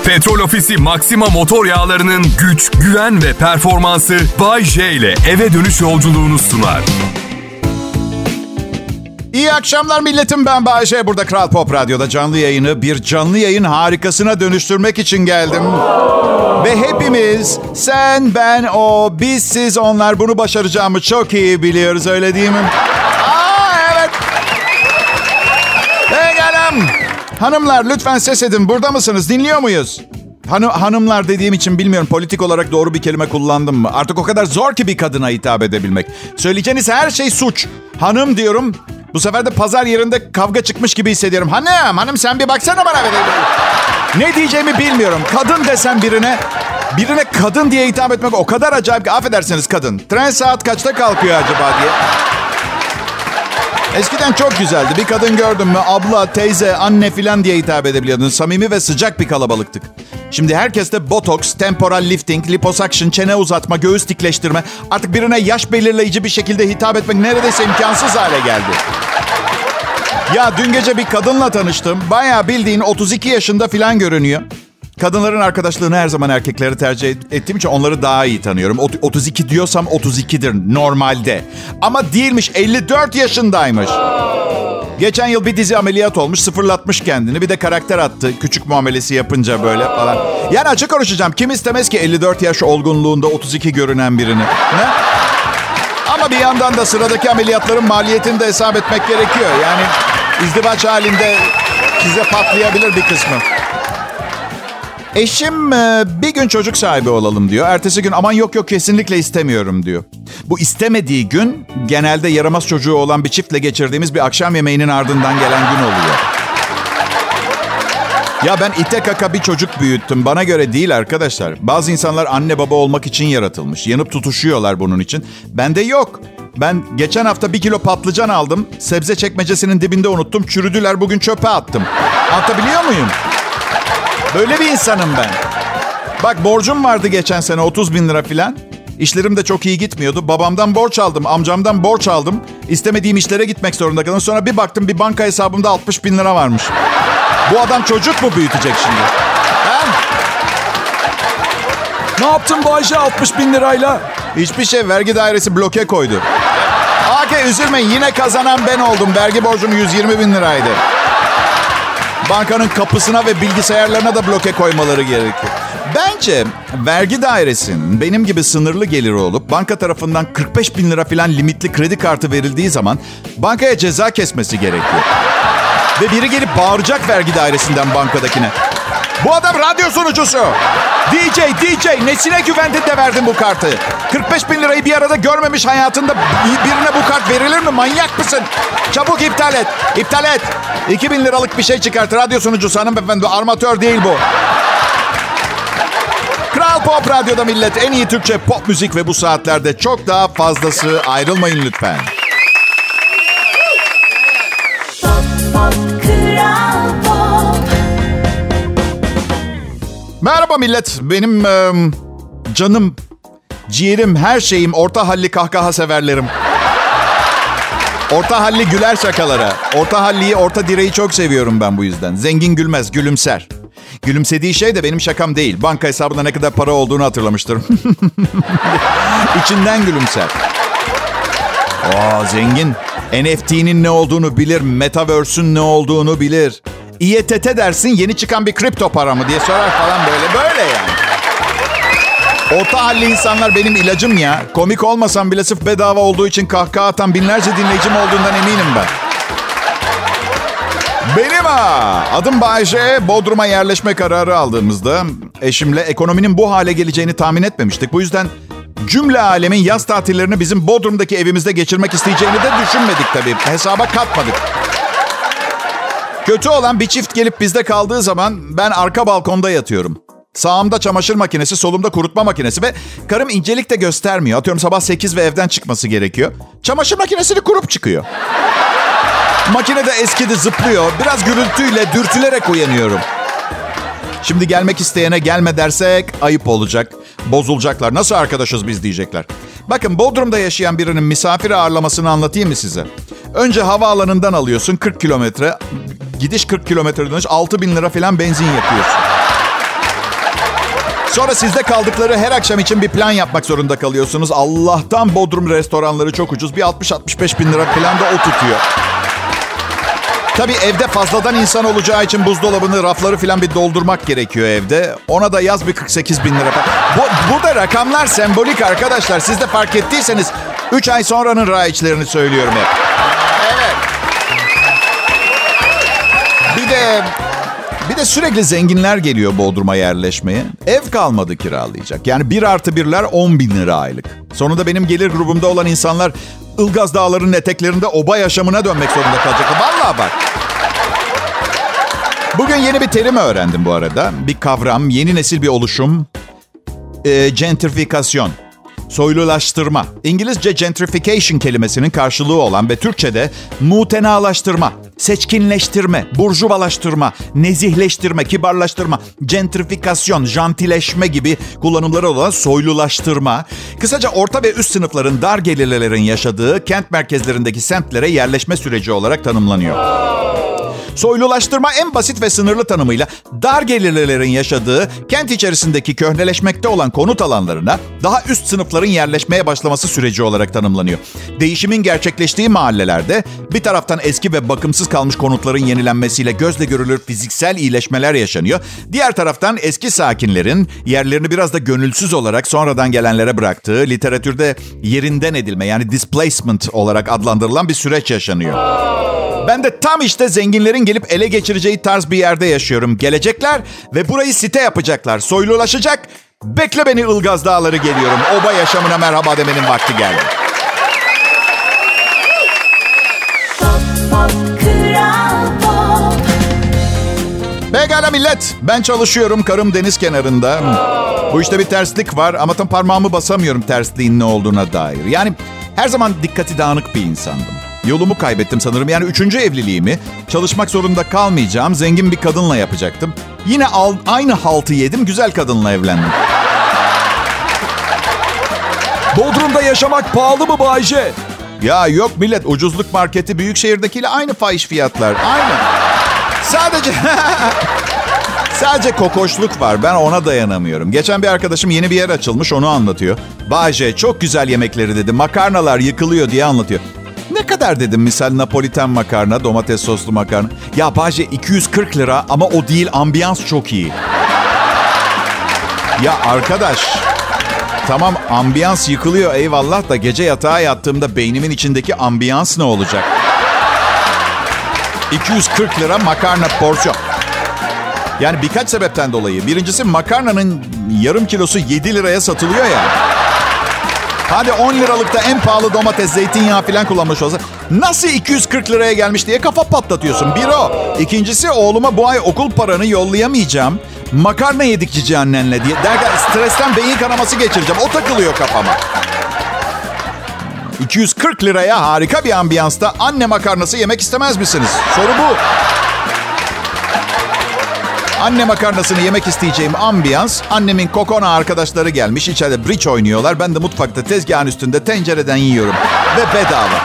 Petrol Ofisi Maxima motor yağlarının güç, güven ve performansı Bay J ile eve dönüş yolculuğunu sunar. İyi akşamlar milletim, ben Bay J. Burada Kral Pop Radyo'da canlı yayını bir canlı yayın harikasına dönüştürmek için geldim. Ve hepimiz, sen, ben, o, biz, siz, onlar bunu başaracağımı çok iyi biliyoruz, öyle değil mi? Evet. Gelin. Hanımlar lütfen ses edin, burada mısınız, dinliyor muyuz? Hanımlar dediğim için bilmiyorum politik olarak doğru bir kelime kullandım mı? Artık o kadar zor ki bir kadına hitap edebilmek. Söyleyeceğiniz her şey suç. Hanım diyorum. Bu sefer de pazar yerinde kavga çıkmış gibi hissediyorum. Hanım sen bir baksana bana. Ne diyeceğimi bilmiyorum. Kadın desem birine kadın diye hitap etmek o kadar acayip ki. Affedersiniz kadın. Tren saat kaçta kalkıyor acaba diye. Eskiden çok güzeldi. Bir kadın gördün mü abla, teyze, anne filan diye hitap edebiliyordun. Samimi ve sıcak bir kalabalıktık. Şimdi herkeste botoks, temporal lifting, liposuction, çene uzatma, göğüs dikleştirme. Artık birine yaş belirleyici bir şekilde hitap etmek neredeyse imkansız hale geldi. Ya dün gece bir kadınla tanıştım. Bayağı bildiğin 32 yaşında filan görünüyor. Kadınların arkadaşlığını her zaman erkekleri tercih ettiğim için onları daha iyi tanıyorum. 32 diyorsam 32'dir normalde. Ama değilmiş, 54 yaşındaymış. Geçen yıl bir dizi ameliyat olmuş, sıfırlatmış kendini. Bir de karakter attı küçük muamelesi yapınca böyle falan. Yani açık konuşacağım, kim istemez ki 54 yaş olgunluğunda 32 görünen birini? Ne? Ama bir yandan da sıradaki ameliyatların maliyetini de hesap etmek gerekiyor. Yani izdivaç halinde size patlayabilir bir kısmı. Eşim bir gün çocuk sahibi olalım diyor. Ertesi gün aman yok kesinlikle istemiyorum diyor. Bu istemediği gün genelde yaramaz çocuğu olan bir çiftle geçirdiğimiz bir akşam yemeğinin ardından gelen gün oluyor. Ya ben ite kaka bir çocuk büyüttüm. Bana göre değil arkadaşlar. Bazı insanlar anne baba olmak için yaratılmış. Yanıp tutuşuyorlar bunun için. Bende yok. Ben geçen hafta 1 kilo patlıcan aldım. Sebze çekmecesinin dibinde unuttum. Çürüdüler, bugün çöpe attım. Anlatabiliyor muyum? Böyle bir insanım ben. Bak borcum vardı geçen sene 30 bin lira filan. İşlerim de çok iyi gitmiyordu. Babamdan borç aldım, amcamdan borç aldım. İstemediğim işlere gitmek zorunda kaldım. Sonra bir baktım bir banka hesabımda 60 bin lira varmış. Bu adam çocuk mu büyütecek şimdi? Ha? Ne yaptın bu Ayşe 60 bin lirayla? Hiçbir şey, vergi dairesi bloke koydu. Üzülmeyin, yine kazanan ben oldum. Vergi borcum 120 bin liraydı. Bankanın kapısına ve bilgisayarlarına da bloke koymaları gerekiyor. Bence vergi dairesinin benim gibi sınırlı geliri olup banka tarafından 45 bin lira falan limitli kredi kartı verildiği zaman bankaya ceza kesmesi gerekiyor. Ve biri gelip bağıracak vergi dairesinden bankadakine. Bu adam radyo sunucusu. DJ nesine güvendin de verdin bu kartı? 45 bin lirayı bir arada görmemiş hayatında birine bu kart verilir mi? Manyak mısın? Çabuk iptal et. İptal et. 2 bin liralık bir şey çıkart. Radyo sunucusu hanımefendi. Armatör değil bu. Kral Pop Radyo'da millet, en iyi Türkçe pop müzik ve bu saatlerde çok daha fazlası. Ayrılmayın lütfen. Pop, pop, Kral Pop. Merhaba millet. Benim canım, ciğerim, her şeyim, orta halli kahkaha severlerim. Orta halli güler şakalara. Orta halliyi, orta direği çok seviyorum ben bu yüzden. Zengin gülmez, gülümser. Gülümsediği şey de benim şakam değil. Banka hesabında ne kadar para olduğunu hatırlamıştır. İçinden gülümser. Zengin. NFT'nin ne olduğunu bilir. Metaverse'ün ne olduğunu bilir. İETT dersin, yeni çıkan bir kripto para mı diye sorar falan böyle yani. Orta halli insanlar benim ilacım ya. Komik olmasam bile sırf bedava olduğu için kahkaha atan binlerce dinleyicim olduğundan eminim ben. Benim adım Bay J. Bodrum'a yerleşme kararı aldığımızda eşimle ekonominin bu hale geleceğini tahmin etmemiştik. Bu yüzden cümle alemin yaz tatillerini bizim Bodrum'daki evimizde geçirmek isteyeceğini de düşünmedik tabii. Hesaba katmadık. Kötü olan, bir çift gelip bizde kaldığı zaman ben arka balkonda yatıyorum. Sağımda çamaşır makinesi, solumda kurutma makinesi ve karım incelik de göstermiyor. Atıyorum sabah 8 ve evden çıkması gerekiyor. Çamaşır makinesini kurup çıkıyor. Makine de eskidi, zıplıyor. Biraz gürültüyle, dürtülerek uyanıyorum. Şimdi gelmek isteyene gelme dersek ayıp olacak. Bozulacaklar. Nasıl arkadaşız biz diyecekler. Bakın, Bodrum'da yaşayan birinin misafir ağırlamasını anlatayım mı size? Önce havaalanından alıyorsun 40 kilometre. Gidiş 40 kilometre dönüş 6 bin lira falan benzin yakıyorsun. Sonra sizde kaldıkları her akşam için bir plan yapmak zorunda kalıyorsunuz. Allah'tan Bodrum restoranları çok ucuz. Bir 60-65 bin lira planda o tutuyor. Tabii evde fazladan insan olacağı için buzdolabını, rafları falan bir doldurmak gerekiyor evde. Ona da yaz bir 48 bin lira. Burada rakamlar sembolik arkadaşlar. Siz de fark ettiyseniz 3 ay sonranın raiçlerini söylüyorum hep. Evet. Bir de sürekli zenginler geliyor Bodrum'a yerleşmeye. Ev kalmadı kiralayacak. Yani 1+1'ler 10 bin lira aylık. Sonunda benim gelir grubumda olan insanlar Ilgaz Dağları'nın eteklerinde oba yaşamına dönmek zorunda kalacaklar. Vallahi bak. Bugün yeni bir terim öğrendim bu arada. Bir kavram, yeni nesil bir oluşum. Gentrifikasyon. Soylulaştırma. İngilizce gentrification kelimesinin karşılığı olan ve Türkçe'de mutenalaştırma, seçkinleştirme, burjuvalaştırma, nezihleştirme, kibarlaştırma, gentrifikasyon, jantileşme gibi kullanımları olan soylulaştırma. Kısaca orta ve üst sınıfların, dar gelirlilerin yaşadığı kent merkezlerindeki semtlere yerleşme süreci olarak tanımlanıyor. Soylulaştırma en basit ve sınırlı tanımıyla dar gelirlilerin yaşadığı kent içerisindeki köhneleşmekte olan konut alanlarına daha üst sınıfların yerleşmeye başlaması süreci olarak tanımlanıyor. Değişimin gerçekleştiği mahallelerde bir taraftan eski ve bakımsız kalmış konutların yenilenmesiyle gözle görülür fiziksel iyileşmeler yaşanıyor. Diğer taraftan eski sakinlerin yerlerini biraz da gönülsüz olarak sonradan gelenlere bıraktığı literatürde yerinden edilme yani displacement olarak adlandırılan bir süreç yaşanıyor. Ben de tam işte zenginlerin gelip ele geçireceği tarz bir yerde yaşıyorum. Gelecekler ve burayı site yapacaklar. Soylulaşacak. Bekle beni Ilgaz Dağları geliyorum. Oba yaşamına merhaba demenin vakti geldi. Pekala millet. Ben çalışıyorum. Karım deniz kenarında. Bu işte bir terslik var ama tam parmağımı basamıyorum tersliğin ne olduğuna dair. Yani her zaman dikkati dağınık bir insandım. Yolumu kaybettim sanırım. Yani 3. evliliğimi çalışmak zorunda kalmayacağım zengin bir kadınla yapacaktım. Yine aynı haltı yedim, güzel kadınla evlendim. Bodrum'da yaşamak pahalı mı Bayce? Ya yok millet, ucuzluk marketi büyük şehirdekiyle aynı fahiş fiyatlar. Aynı. Sadece kokoşluk var. Ben ona dayanamıyorum. Geçen bir arkadaşım yeni bir yer açılmış, onu anlatıyor. Bayce çok güzel yemekleri dedi. Makarnalar yıkılıyor diye anlatıyor. Ne kadar dedim misal Napoliten makarna, domates soslu makarna. Ya Bayce 240 lira ama o değil, ambiyans çok iyi. Ya arkadaş, tamam ambiyans yıkılıyor eyvallah da gece yatağa yattığımda beynimin içindeki ambiyans ne olacak? 240 lira makarna porsiyon. Yani birkaç sebepten dolayı. Birincisi makarnanın yarım kilosu 7 liraya satılıyor ya. Hadi 10 liralıkta en pahalı domates, zeytinyağı falan kullanmış olsa nasıl 240 liraya gelmiş diye kafa patlatıyorsun. Bir o. İkincisi oğluma bu ay okul paranı yollayamayacağım. Makarna yedik cici annenle diye. Derken stresten beyin kanaması geçireceğim. O takılıyor kafama. 240 liraya harika bir ambiyansta anne makarnası yemek istemez misiniz? Soru bu. Anne makarnasını yemek isteyeceğim ambiyans. Annemin kokona arkadaşları gelmiş. İçeride bridge oynuyorlar. Ben de mutfakta tezgahın üstünde tencereden yiyorum. Ve bedava.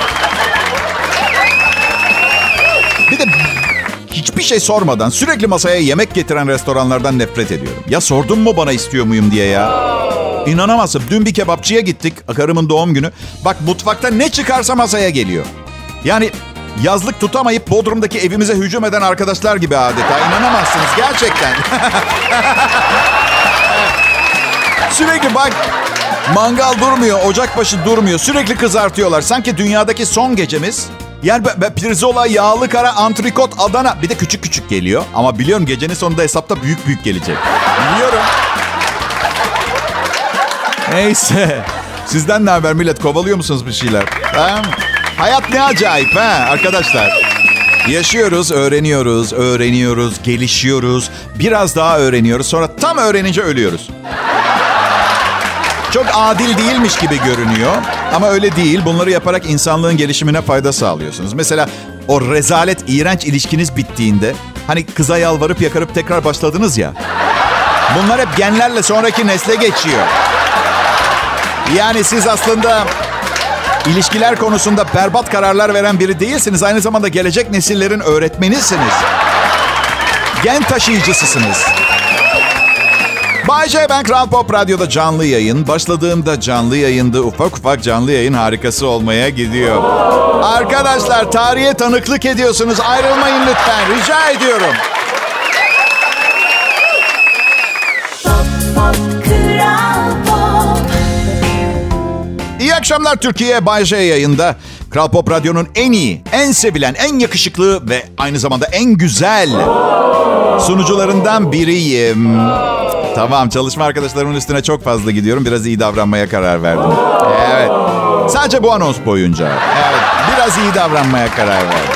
Bir de hiçbir şey sormadan sürekli masaya yemek getiren restoranlardan nefret ediyorum. Ya sordun mu bana istiyor muyum diye ya? İnanamazsın. Dün bir kebapçıya gittik. Karımın doğum günü. Bak mutfakta ne çıkarsa masaya geliyor. Yani yazlık tutamayıp Bodrum'daki evimize hücum eden arkadaşlar gibi adeta. İnanamazsınız gerçekten. Sürekli bak mangal durmuyor, ocakbaşı durmuyor. Sürekli kızartıyorlar. Sanki dünyadaki son gecemiz. Yani pirzola, yağlı kara, antrikot, Adana. Bir de küçük küçük geliyor. Ama biliyorum gecenin sonunda hesapta büyük büyük gelecek. Biliyorum. Neyse. Sizden ne haber millet? Kovalıyor musunuz bir şeyler? Ha? Hayat ne acayip ha arkadaşlar. Yaşıyoruz, öğreniyoruz, gelişiyoruz. Biraz daha öğreniyoruz. Sonra tam öğrenince ölüyoruz. Çok adil değilmiş gibi görünüyor. Ama öyle değil. Bunları yaparak insanlığın gelişimine fayda sağlıyorsunuz. Mesela o rezalet, iğrenç ilişkiniz bittiğinde... hani kıza yalvarıp yakarıp tekrar başladınız ya. Bunlar hep genlerle sonraki nesle geçiyor. Yani siz aslında... İlişkiler konusunda berbat kararlar veren biri değilsiniz. Aynı zamanda gelecek nesillerin öğretmenisiniz. Gen taşıyıcısısınız. Bay J, ben Kral Pop Radyo'da canlı yayın. Başladığımda canlı yayında ufak ufak canlı yayın harikası olmaya gidiyor. Arkadaşlar, tarihe tanıklık ediyorsunuz. Ayrılmayın lütfen, rica ediyorum. İyi akşamlar Türkiye. Bay J yayında. Kral Pop Radyo'nun en iyi, en sevilen, en yakışıklı ve aynı zamanda en güzel sunucularından biriyim. Tamam, çalışma arkadaşlarımın üstüne çok fazla gidiyorum. Biraz iyi davranmaya karar verdim. Evet. Sadece bu anons boyunca. Evet. Biraz iyi davranmaya karar verdim.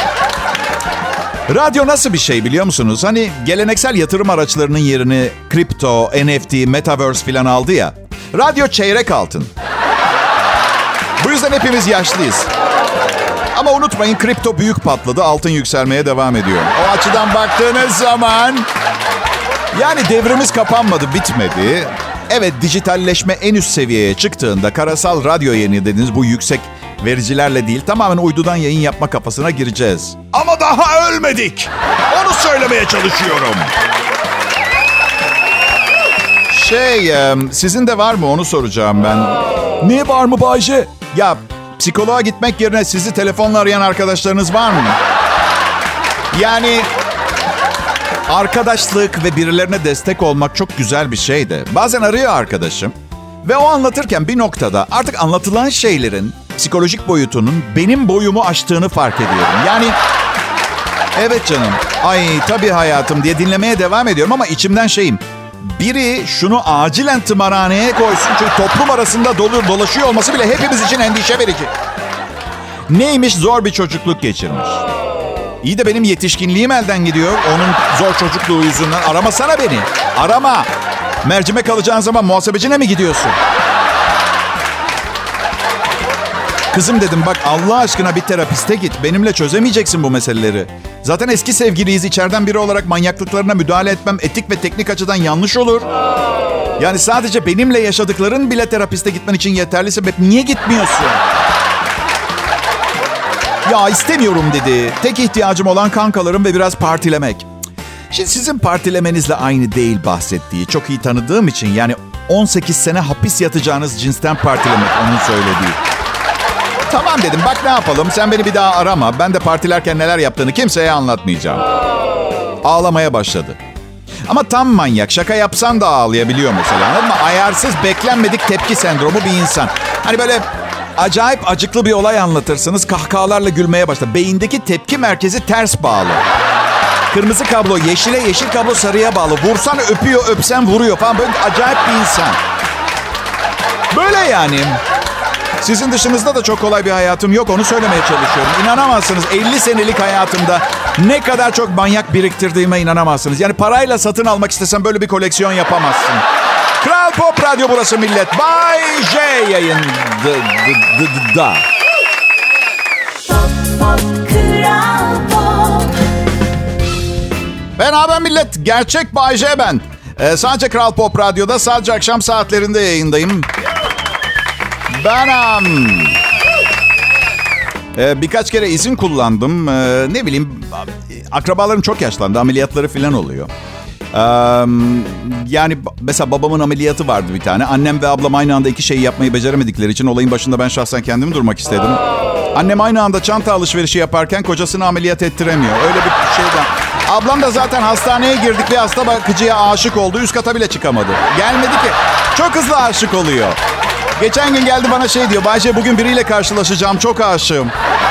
Radyo nasıl bir şey biliyor musunuz? Hani geleneksel yatırım araçlarının yerini kripto, NFT, metaverse falan aldı ya. Radyo çeyrek altın. Bu yüzden hepimiz yaşlıyız. Ama unutmayın, kripto büyük patladı, altın yükselmeye devam ediyor. O açıdan baktığınız zaman... Yani devrimiz kapanmadı, bitmedi. Evet, dijitalleşme en üst seviyeye çıktığında karasal radyo yayını dediğiniz bu yüksek vericilerle değil, tamamen uydudan yayın yapma kafasına gireceğiz. Ama daha ölmedik. Onu söylemeye çalışıyorum. Sizin de var mı onu soracağım ben. Ne var mı Bay J? Ya psikoloğa gitmek yerine sizi telefonla arayan arkadaşlarınız var mı? Yani arkadaşlık ve birilerine destek olmak çok güzel bir şey de. Bazen arıyor arkadaşım ve o anlatırken bir noktada artık anlatılan şeylerin psikolojik boyutunun benim boyumu aştığını fark ediyorum. Yani evet canım, ay tabii hayatım diye dinlemeye devam ediyorum ama içimden biri şunu acilen tımarhaneye koysun çünkü toplum arasında dolaşıyor olması bile hepimiz için endişe verici. Neymiş? Zor bir çocukluk geçirmiş. İyi de benim yetişkinliğim elden gidiyor. Onun zor çocukluğu yüzünden. Aramasana beni. Arama. Mercimek alacağın zaman muhasebecine mi gidiyorsun? Kızım dedim, bak Allah aşkına bir terapiste git. Benimle çözemeyeceksin bu meseleleri. Zaten eski sevgiliyiz. İçeriden biri olarak manyaklıklarına müdahale etmem etik ve teknik açıdan yanlış olur. Yani sadece benimle yaşadıkların bile terapiste gitmen için yeterli sebep. Niye gitmiyorsun? Ya istemiyorum dedi. Tek ihtiyacım olan kankalarım ve biraz partilemek. Şimdi sizin partilemenizle aynı değil bahsettiği. Çok iyi tanıdığım için yani 18 sene hapis yatacağınız cinsten partilemek onun söylediği. Tamam dedim, bak ne yapalım, sen beni bir daha arama. Ben de partilerken neler yaptığını kimseye anlatmayacağım. Ağlamaya başladı. Ama tam manyak, şaka yapsan da ağlayabiliyor mesela, anladın mı? Ayarsız, beklenmedik tepki sendromu bir insan. Hani böyle acayip acıklı bir olay anlatırsınız, kahkahalarla gülmeye başlar. Beyindeki tepki merkezi ters bağlı. Kırmızı kablo yeşile, yeşil kablo sarıya bağlı. Vursan öpüyor, öpsen vuruyor falan, böyle acayip bir insan. Böyle yani. Sizin dışınızda da çok kolay bir hayatım yok, onu söylemeye çalışıyorum. İnanamazsınız, 50 senelik hayatımda ne kadar çok manyak biriktirdiğime inanamazsınız. Yani parayla satın almak istesen böyle bir koleksiyon yapamazsın. Kral Pop Radyo burası millet. Bay J yayında. Ben haber millet, gerçek Bay J ben. Sadece Kral Pop Radyo'da, sadece akşam saatlerinde yayındayım. Birkaç kere izin kullandım. Ne bileyim, akrabalarım çok yaşlandı. Ameliyatları falan oluyor. Yani mesela babamın ameliyatı vardı bir tane. Annem ve ablam aynı anda iki şeyi yapmayı beceremedikleri için olayın başında ben şahsen kendim durmak istedim. Annem aynı anda çanta alışverişi yaparken kocasını ameliyat ettiremiyor. Öyle bir şeyden. Ablam da zaten hastaneye girdik ve hasta bakıcıya aşık oldu. Üst kata bile çıkamadı. Gelmedi ki. Çok hızlı aşık oluyor. Geçen gün geldi bana diyor. Bayce, bugün biriyle karşılaşacağım. Çok aşığım.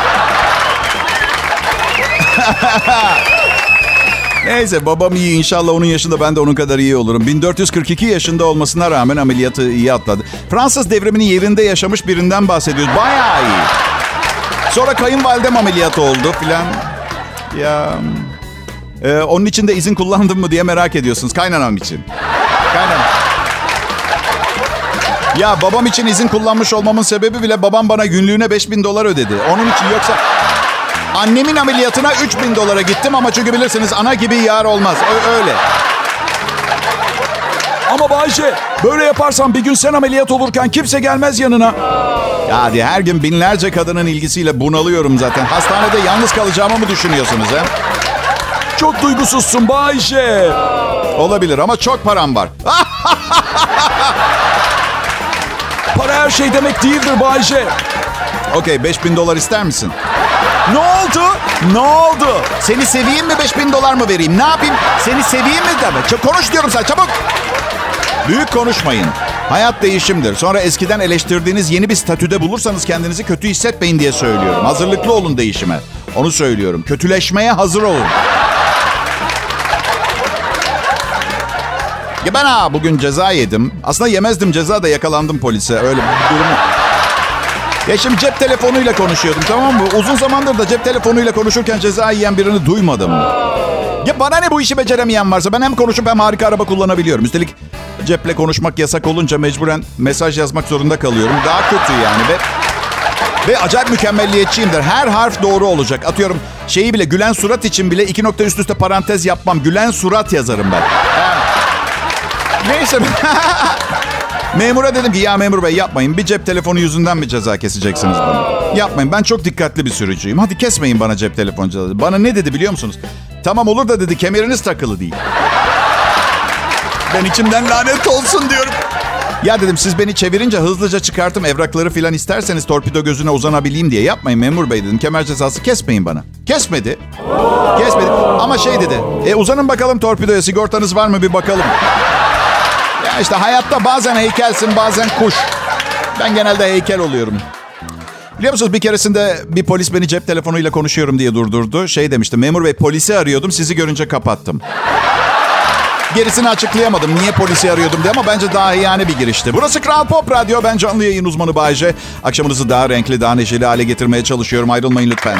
Neyse, babam iyi. İnşallah onun yaşında ben de onun kadar iyi olurum. 1442 yaşında olmasına rağmen ameliyatı iyi atladı. Fransız devriminin yerinde yaşamış birinden bahsediyoruz. Bayağı iyi. Sonra kayınvalidem ameliyat oldu filan. Ya... onun için de izin kullandım mı diye merak ediyorsunuz. Kaynanam için. Kaynanam. Ya babam için izin kullanmış olmamın sebebi bile babam bana günlüğüne $5,000 ödedi. Onun için, yoksa annemin ameliyatına $3,000 gittim ama çünkü bilirsiniz ana gibi yar olmaz. Öyle. Ama Bayce, böyle yaparsan bir gün sen ameliyat olurken kimse gelmez yanına. Ya hadi, her gün binlerce kadının ilgisiyle bunalıyorum zaten. Hastanede yalnız kalacağımı mı düşünüyorsunuz he? Çok duygusuzsun Bayşe. Olabilir ama çok param var. Para her şey demek değildir Bayşe. Okey, $5,000 ister misin? Ne oldu? Ne oldu? Seni seveyim mi, $5,000 mı vereyim? Ne yapayım? Seni seveyim mi demek? Çok konuş diyorum sana, çabuk. Büyük konuşmayın. Hayat değişimdir. Sonra eskiden eleştirdiğiniz yeni bir statüde bulursanız kendinizi kötü hissetmeyin diye söylüyorum. Hazırlıklı olun değişime. Onu söylüyorum. Kötüleşmeye hazır olun. Ya ben bugün ceza yedim. Aslında yemezdim ceza da yakalandım polise. Öyle bir durum. Ya şimdi cep telefonuyla konuşuyordum, tamam mı? Uzun zamandır da cep telefonuyla konuşurken ceza yiyen birini duymadım. Ya bana ne bu işi beceremeyen varsa, ben hem konuşup hem harika araba kullanabiliyorum. Üstelik ceple konuşmak yasak olunca mecburen mesaj yazmak zorunda kalıyorum. Daha kötü yani ve acayip mükemmelliyetçiyimdir. Her harf doğru olacak. Atıyorum şeyi bile, gülen surat için bile 2 nokta üst üste parantez yapmam. Gülen surat yazarım ben. Neyse. Memura dedim ki ya memur bey yapmayın. Bir cep telefonu yüzünden mi ceza keseceksiniz bana? Yapmayın, ben çok dikkatli bir sürücüyüm. Hadi kesmeyin bana cep telefonu cezası. Bana ne dedi biliyor musunuz? Tamam olur da dedi, kemeriniz takılı değil. Ben içimden lanet olsun diyorum. Ya dedim siz beni çevirince hızlıca çıkartım, evrakları filan isterseniz torpido gözüne uzanabileyim diye. Yapmayın memur bey dedim, kemer cezası kesmeyin bana. Kesmedi. Ama şey dedi, uzanın bakalım torpidoya, sigortanız var mı bir bakalım. Ya işte hayatta bazen heykelsin bazen kuş. Ben genelde heykel oluyorum. Biliyor musunuz bir keresinde bir polis beni cep telefonuyla konuşuyorum diye durdurdu. Şey demişti, memur bey polisi arıyordum, sizi görünce kapattım. Gerisini açıklayamadım niye polisi arıyordum diye ama bence daha iyane bir girişti. Burası Kral Pop Radyo, ben canlı yayın uzmanı Bayce. Akşamınızı daha renkli, daha neşeli hale getirmeye çalışıyorum. Ayrılmayın lütfen.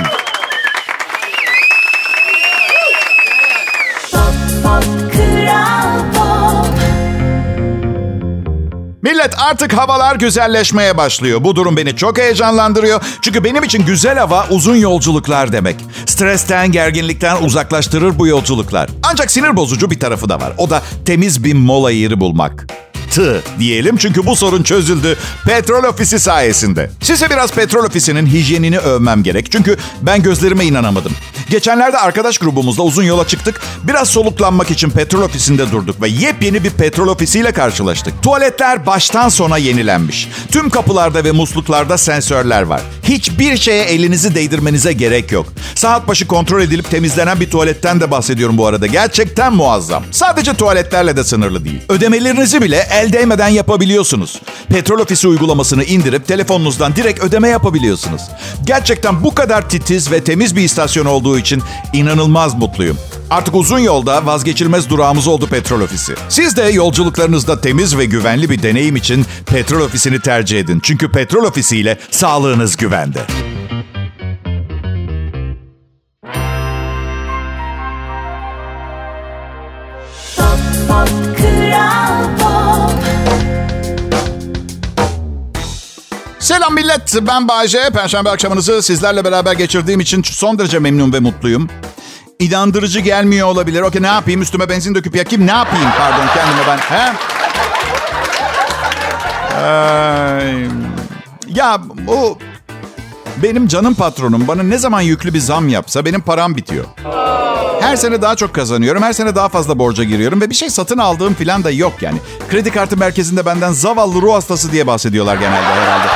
Millet artık havalar güzelleşmeye başlıyor. Bu durum beni çok heyecanlandırıyor. Çünkü benim için güzel hava uzun yolculuklar demek. Stresten, gerginlikten uzaklaştırır bu yolculuklar. Ancak sinir bozucu bir tarafı da var. O da temiz bir mola yeri bulmak. Diyelim çünkü bu sorun çözüldü Petrol Ofisi sayesinde. Size biraz Petrol Ofisi'nin hijyenini övmem gerek. Çünkü ben gözlerime inanamadım. Geçenlerde arkadaş grubumuzla uzun yola çıktık. Biraz soluklanmak için Petrol Ofisi'nde durduk ve yepyeni bir Petrol Ofisi'yle karşılaştık. Tuvaletler baştan sona yenilenmiş. Tüm kapılarda ve musluklarda sensörler var. Hiçbir şeye elinizi değdirmenize gerek yok. Saat başı kontrol edilip temizlenen bir tuvaletten de bahsediyorum bu arada. Gerçekten muazzam. Sadece tuvaletlerle de sınırlı değil. Ödemelerinizi bile el değmeden yapabiliyorsunuz. Petrol Ofisi uygulamasını indirip telefonunuzdan direkt ödeme yapabiliyorsunuz. Gerçekten bu kadar titiz ve temiz bir istasyon olduğu için inanılmaz mutluyum. Artık uzun yolda vazgeçilmez durağımız oldu Petrol Ofisi. Siz de yolculuklarınızda temiz ve güvenli bir deneyim için Petrol Ofisi'ni tercih edin. Çünkü Petrol Ofisi ile sağlığınız güvende. Selam millet, ben Bayce. Perşembe akşamınızı sizlerle beraber geçirdiğim için son derece memnun ve mutluyum. İnandırıcı gelmiyor olabilir. Okey, ne yapayım? Üstüme benzin döküp yakayım. Ne yapayım? Pardon, kendime ben. Ya bu benim canım patronum bana ne zaman yüklü bir zam yapsa benim param bitiyor. Her sene daha çok kazanıyorum. Her sene daha fazla borca giriyorum. Ve bir şey satın aldığım falan da yok yani. Kredi kartı merkezinde benden zavallı ruh hastası diye bahsediyorlar genelde herhalde.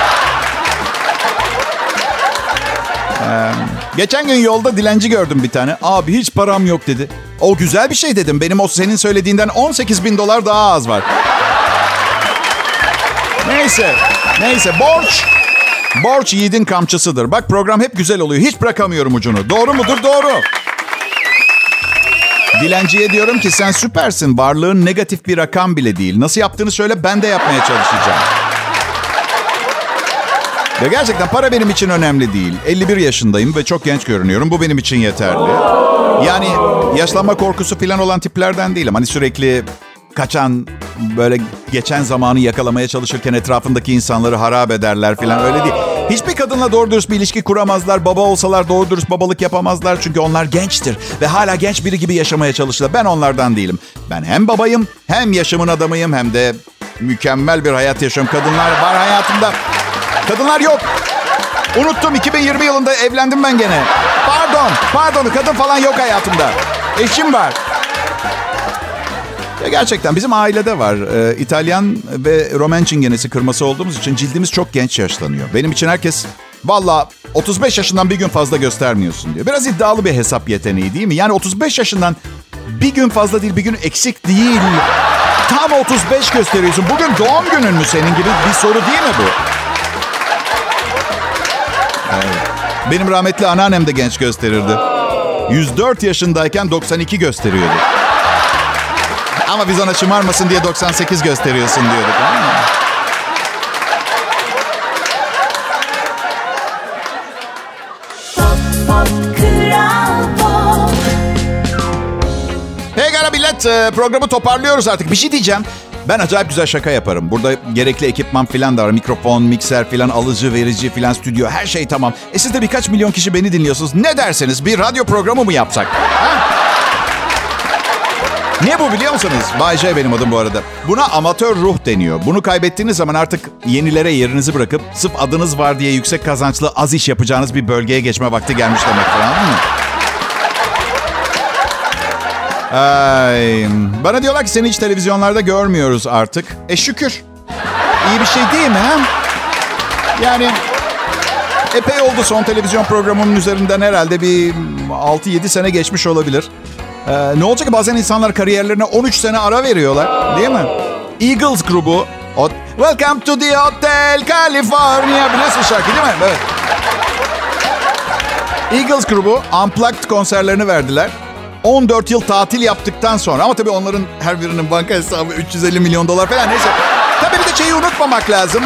Geçen gün yolda dilenci gördüm bir tane. Abi hiç param yok dedi. O güzel bir şey dedim. Benim o senin söylediğinden $18,000 daha az var. Neyse borç yiğidin kamçısıdır. Bak program hep güzel oluyor. Hiç bırakamıyorum ucunu. Doğru mudur? Doğru. Dilenciye diyorum ki sen süpersin. Varlığın negatif bir rakam bile değil. Nasıl yaptığını söyle, ben de yapmaya çalışacağım. Ve gerçekten para benim için önemli değil. 51 yaşındayım ve çok genç görünüyorum. Bu benim için yeterli. Yani yaşlanma korkusu falan olan tiplerden değilim. Hani sürekli kaçan, böyle geçen zamanı yakalamaya çalışırken etrafındaki insanları harap ederler falan, öyle değil. Hiçbir kadınla doğru dürüst bir ilişki kuramazlar. Baba olsalar doğru dürüst babalık yapamazlar. Çünkü onlar gençtir ve hala genç biri gibi yaşamaya çalışırlar. Ben onlardan değilim. Ben hem babayım, hem yaşamın adamıyım, hem de mükemmel bir hayat yaşıyorum. Kadınlar var hayatımda. Kadınlar yok. Unuttum, 2020 yılında evlendim ben gene. Pardon, kadın falan yok hayatımda. Eşim var. Ya gerçekten bizim ailede var. İtalyan ve Romen çingenesi kırması olduğumuz için cildimiz çok genç yaşlanıyor. Benim için herkes valla 35 yaşından bir gün fazla göstermiyorsun diyor. Biraz iddialı bir hesap yeteneği değil mi? Yani 35 yaşından bir gün fazla değil, bir gün eksik değil. Tam 35 gösteriyorsun. Bugün doğum günün mü senin gibi bir soru değil mi bu? Evet. Benim rahmetli anneannem de genç gösterirdi. 104 yaşındayken 92 gösteriyordu. Ama biz ona şımarmasın diye 98 gösteriyorsun diyorduk. Pekala millet, programı toparlıyoruz artık. Bir şey diyeceğim. Ben acayip güzel şaka yaparım. Burada gerekli ekipman falan da var. Mikrofon, mikser falan, alıcı, verici falan, stüdyo, her şey tamam. Siz de birkaç milyon kişi beni dinliyorsunuz. Ne derseniz, bir radyo programı mı yapsak? Ha? Ne bu biliyor musunuz? Bay J benim adım bu arada. Buna amatör ruh deniyor. Bunu kaybettiğiniz zaman artık yenilere yerinizi bırakıp sırf adınız var diye yüksek kazançlı az iş yapacağınız bir bölgeye geçme vakti gelmiş demektir, anladın mı? Ay, bana diyorlar ki seni hiç televizyonlarda görmüyoruz artık. Şükür. İyi bir şey değil mi? He? Yani epey oldu son televizyon programımın üzerinden herhalde bir 6-7 sene geçmiş olabilir. Ne olacak ki bazen insanlar kariyerlerine 13 sene ara veriyorlar, değil mi? Eagles grubu, Welcome to the Hotel California, biliyorsun şarkı değil mi? Evet. Eagles grubu Unplugged konserlerini verdiler. 14 yıl tatil yaptıktan sonra, ama tabii onların her birinin banka hesabı 350 milyon dolar falan, neyse. Tabii bir de şeyi unutmamak lazım.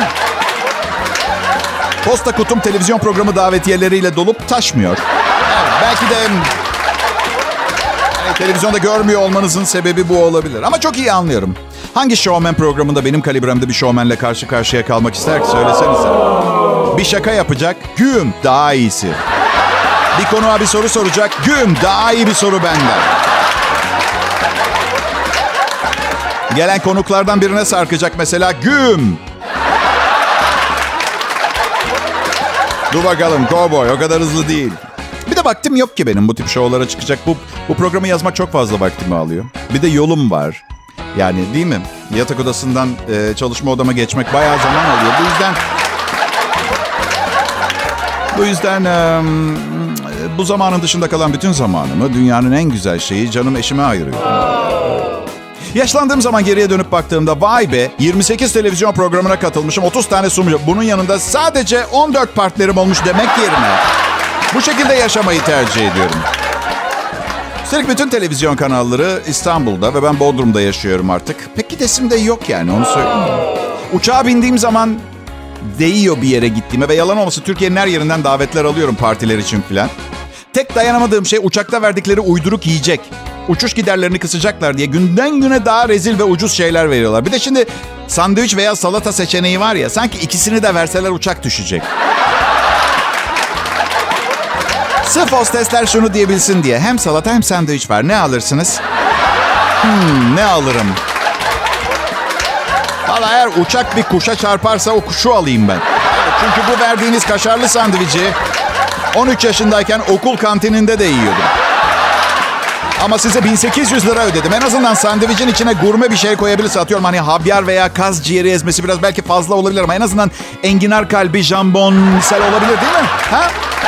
Posta kutum televizyon programı davetiyeleriyle dolup taşmıyor. Evet, belki de televizyonda görmüyor olmanızın sebebi bu olabilir. Ama çok iyi anlıyorum. Hangi showman programında benim kalibremde bir showmanle karşı karşıya kalmak ister ki, söylesenize. Bir şaka yapacak, güm daha iyisi. Bir konuğa bir soru soracak, güm daha iyi bir soru benden. Gelen konuklardan birine sarkacak mesela, güm. Dur bakalım cowboy, o kadar hızlı değil. Bir de vaktim yok ki benim bu tip şovlara çıkacak. Bu programı yazmak çok fazla vaktimi alıyor. Bir de yolum var. Yani değil mi? Yatak odasından çalışma odama geçmek bayağı zaman alıyor. Bu yüzden bu zamanın dışında kalan bütün zamanımı, dünyanın en güzel şeyi, canım eşime ayırıyorum. Yaşlandığım zaman geriye dönüp baktığımda vay be, 28 televizyon programına katılmışım, 30 tane sunucu. Bunun yanında sadece 14 partnerim olmuş demek yerine bu şekilde yaşamayı tercih ediyorum. Üstelik bütün televizyon kanalları İstanbul'da ve ben Bodrum'da yaşıyorum artık. Pek gidesim de yok yani, onu söyleyeyim. Uçağa bindiğim zaman değiyor bir yere gittiğime ve yalan olması Türkiye'nin her yerinden davetler alıyorum partiler için filan. Tek dayanamadığım şey uçakta verdikleri uyduruk yiyecek. Uçuş giderlerini kısacaklar diye günden güne daha rezil ve ucuz şeyler veriyorlar. Bir de şimdi sandviç veya salata seçeneği var ya, sanki ikisini de verseler uçak düşecek. Sırf hostesler şunu diyebilsin diye. Hem salata hem sandviç var. Ne alırsınız? Ne alırım? Valla eğer uçak bir kuşa çarparsa o kuşu alayım ben. Çünkü bu verdiğiniz kaşarlı sandviçi 13 yaşındayken okul kantininde de yiyordum. Ama size 1800 lira ödedim. En azından sandviçin içine gurme bir şey koyabilirse, atıyorum hani havyar veya kaz ciğeri ezmesi biraz belki fazla olabilir ama en azından enginar kalbi, jambon misal olabilir değil mi? Ha?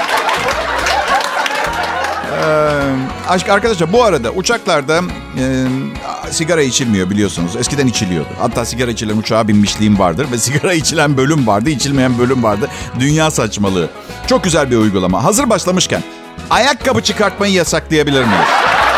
Arkadaşlar bu arada uçaklarda sigara içilmiyor biliyorsunuz. Eskiden içiliyordu. Hatta sigara içilen uçağa binmişliğim vardır. Ve sigara içilen bölüm vardı, içilmeyen bölüm vardı. Dünya saçmalığı. Çok güzel bir uygulama. Hazır başlamışken ayakkabı çıkartmayı yasaklayabilir miyiz?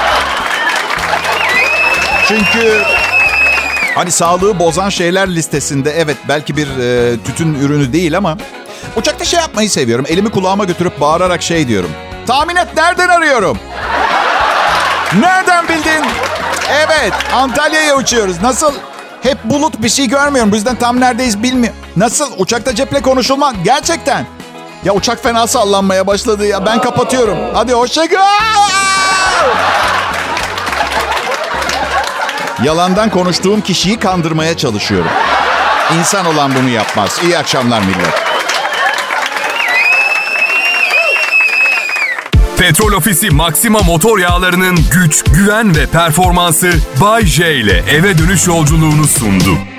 Çünkü hani sağlığı bozan şeyler listesinde evet belki bir tütün ürünü değil ama uçakta şey yapmayı seviyorum. Elimi kulağıma götürüp bağırarak şey diyorum. Tahmin et, nereden arıyorum? Nereden bildin? Evet, Antalya'ya uçuyoruz. Nasıl? Hep bulut, bir şey görmüyorum. Bu yüzden tam neredeyiz bilmiyorum. Nasıl? Uçakta ceple konuşulma. Gerçekten. Ya uçak fena sallanmaya başladı ya. Ben kapatıyorum. Hadi hoşça kal. Yalandan konuştuğum kişiyi kandırmaya çalışıyorum. İnsan olan bunu yapmaz. İyi akşamlar millet. Petrol Ofisi Maxima motor yağlarının güç, güven ve performansı Bay J ile eve dönüş yolculuğunu sundu.